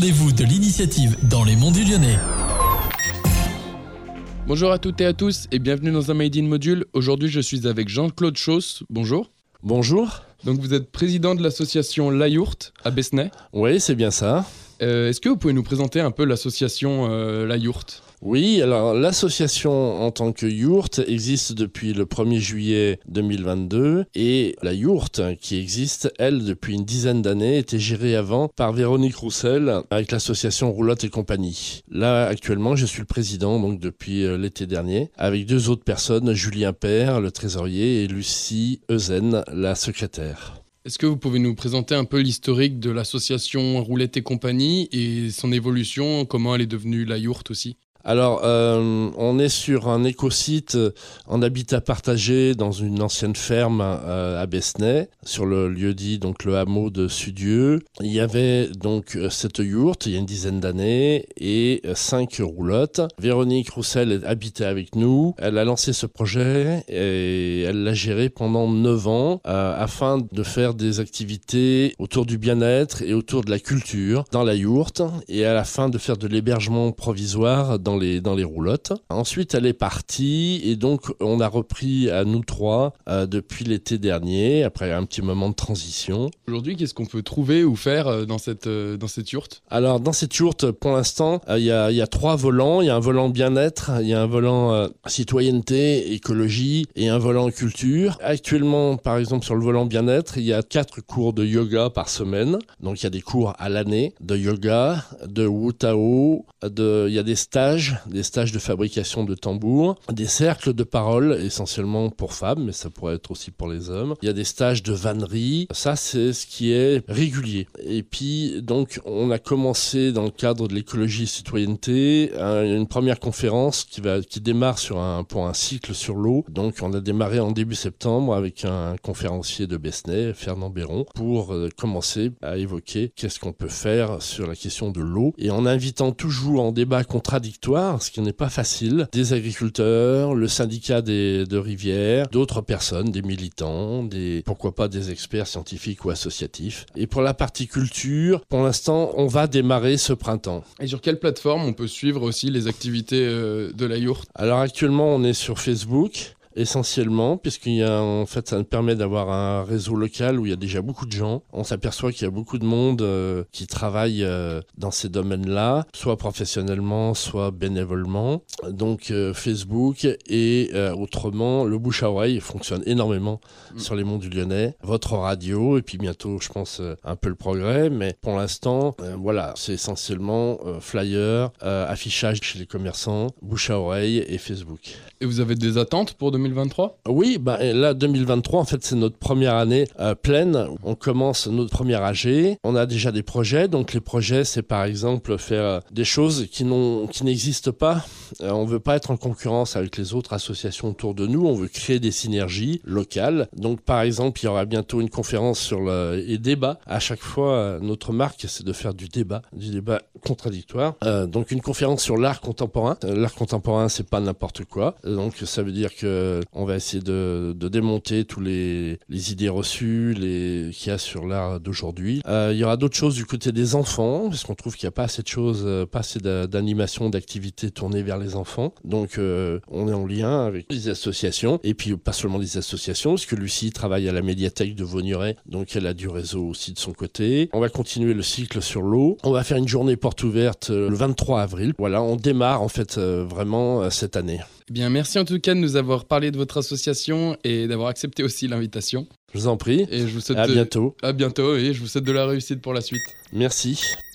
rendez-vous de l'initiative dans les Monts du Lyonnais. Bonjour à toutes et à tous et bienvenue dans un Made in Module. Aujourd'hui, je suis avec Jean-Claude Chausse. Bonjour. Bonjour. Donc vous êtes président de l'association La Yourte à Besnay. Oui, c'est bien ça. Est-ce que vous pouvez nous présenter un peu l'association La Yourte ? Oui, alors l'association en tant que yourte existe depuis le 1er juillet 2022 et la yourte qui existe, elle, depuis une dizaine d'années, était gérée avant par Véronique Roussel avec l'association Roulotte et compagnie. Là, actuellement, je suis le président donc depuis l'été dernier avec deux autres personnes, Julien Père, le trésorier, et Lucie Euzen, la secrétaire. Est-ce que vous pouvez nous présenter un peu l'historique de l'association Roulotte et compagnie et son évolution, comment elle est devenue La Yourte aussi ? Alors, on est sur un écosite en habitat partagé dans une ancienne ferme à Besnay, sur le lieu-dit, donc le hameau de Sudieu. Il y avait donc cette yourte, il y a une dizaine d'années, et 5 roulottes. Véronique Roussel habitait avec nous. Elle a lancé ce projet et elle l'a géré pendant 9 ans afin de faire des activités autour du bien-être et autour de la culture dans la yourte, et à la fin de faire de l'hébergement provisoire dans les roulottes. Ensuite, elle est partie et donc on a repris à nous trois depuis l'été dernier, après un petit moment de transition. Aujourd'hui, qu'est-ce qu'on peut trouver ou faire dans cette yourte ? Alors, dans cette yourte, pour l'instant, il y a 3 volants. Il y a un volant bien-être, il y a un volant citoyenneté, écologie et un volant culture. Actuellement, par exemple, sur le volant bien-être, il y a 4 cours de yoga par semaine. Donc, il y a des cours à l'année de yoga, de Wu Tao, il y a des stages de fabrication de tambours, des cercles de parole essentiellement pour femmes, mais ça pourrait être aussi pour les hommes. Il y a des stages de vannerie. Ça, c'est ce qui est régulier. Et puis, donc, on a commencé dans le cadre de l'écologie et citoyenneté une première conférence qui démarre pour un cycle sur l'eau. Donc, on a démarré en début septembre avec un conférencier de Besnay, Fernand Béron, pour commencer à évoquer qu'est-ce qu'on peut faire sur la question de l'eau. Et en invitant toujours en débat contradictoire, ce qui n'est pas facile, des agriculteurs, le syndicat de rivières, d'autres personnes, des militants, pourquoi pas des experts scientifiques ou associatifs. Et pour la partie culture, pour l'instant, on va démarrer ce printemps. Et sur quelle plateforme on peut suivre aussi les activités de La Yourte ? Alors actuellement, on est sur Facebook. Essentiellement, en fait, ça nous permet d'avoir un réseau local où il y a déjà beaucoup de gens. On s'aperçoit qu'il y a beaucoup de monde qui travaille dans ces domaines-là, soit professionnellement, soit bénévolement. Donc Facebook et autrement, le bouche à oreille fonctionne énormément sur les monts du Lyonnais. Votre radio et puis bientôt, je pense, un peu le progrès. Mais pour l'instant, voilà, c'est essentiellement flyer, affichage chez les commerçants, bouche à oreille et Facebook. Et vous avez des attentes pour 2023 ? Oui, là 2023 en fait c'est notre première année pleine. On commence notre première AG. On a déjà des projets. Donc les projets c'est par exemple faire des choses qui n'existent pas. On veut pas être en concurrence avec les autres associations autour de nous. On veut créer des synergies locales. Donc par exemple il y aura bientôt une conférence sur les débats. À chaque fois notre marque c'est de faire du débat contradictoire. Donc une conférence sur l'art contemporain. L'art contemporain c'est pas n'importe quoi. Donc ça veut dire que on va essayer de démonter tous les idées reçues qu'il y a sur l'art d'aujourd'hui. Il y aura d'autres choses du côté des enfants, parce qu'on trouve qu'il n'y a pas assez de choses, pas assez d'animation, d'activités tournées vers les enfants. Donc on est en lien avec les associations, et puis pas seulement les associations, parce que Lucie travaille à la médiathèque de Vaugneray, donc elle a du réseau aussi de son côté. On va continuer le cycle sur l'eau. On va faire une journée porte ouverte le 23 avril. Voilà, on démarre en fait vraiment cette année. Eh bien, merci en tout cas de nous avoir parlé de votre association et d'avoir accepté aussi l'invitation. Je vous en prie. Et je vous souhaite à bientôt. À bientôt et je vous souhaite de la réussite pour la suite. Merci.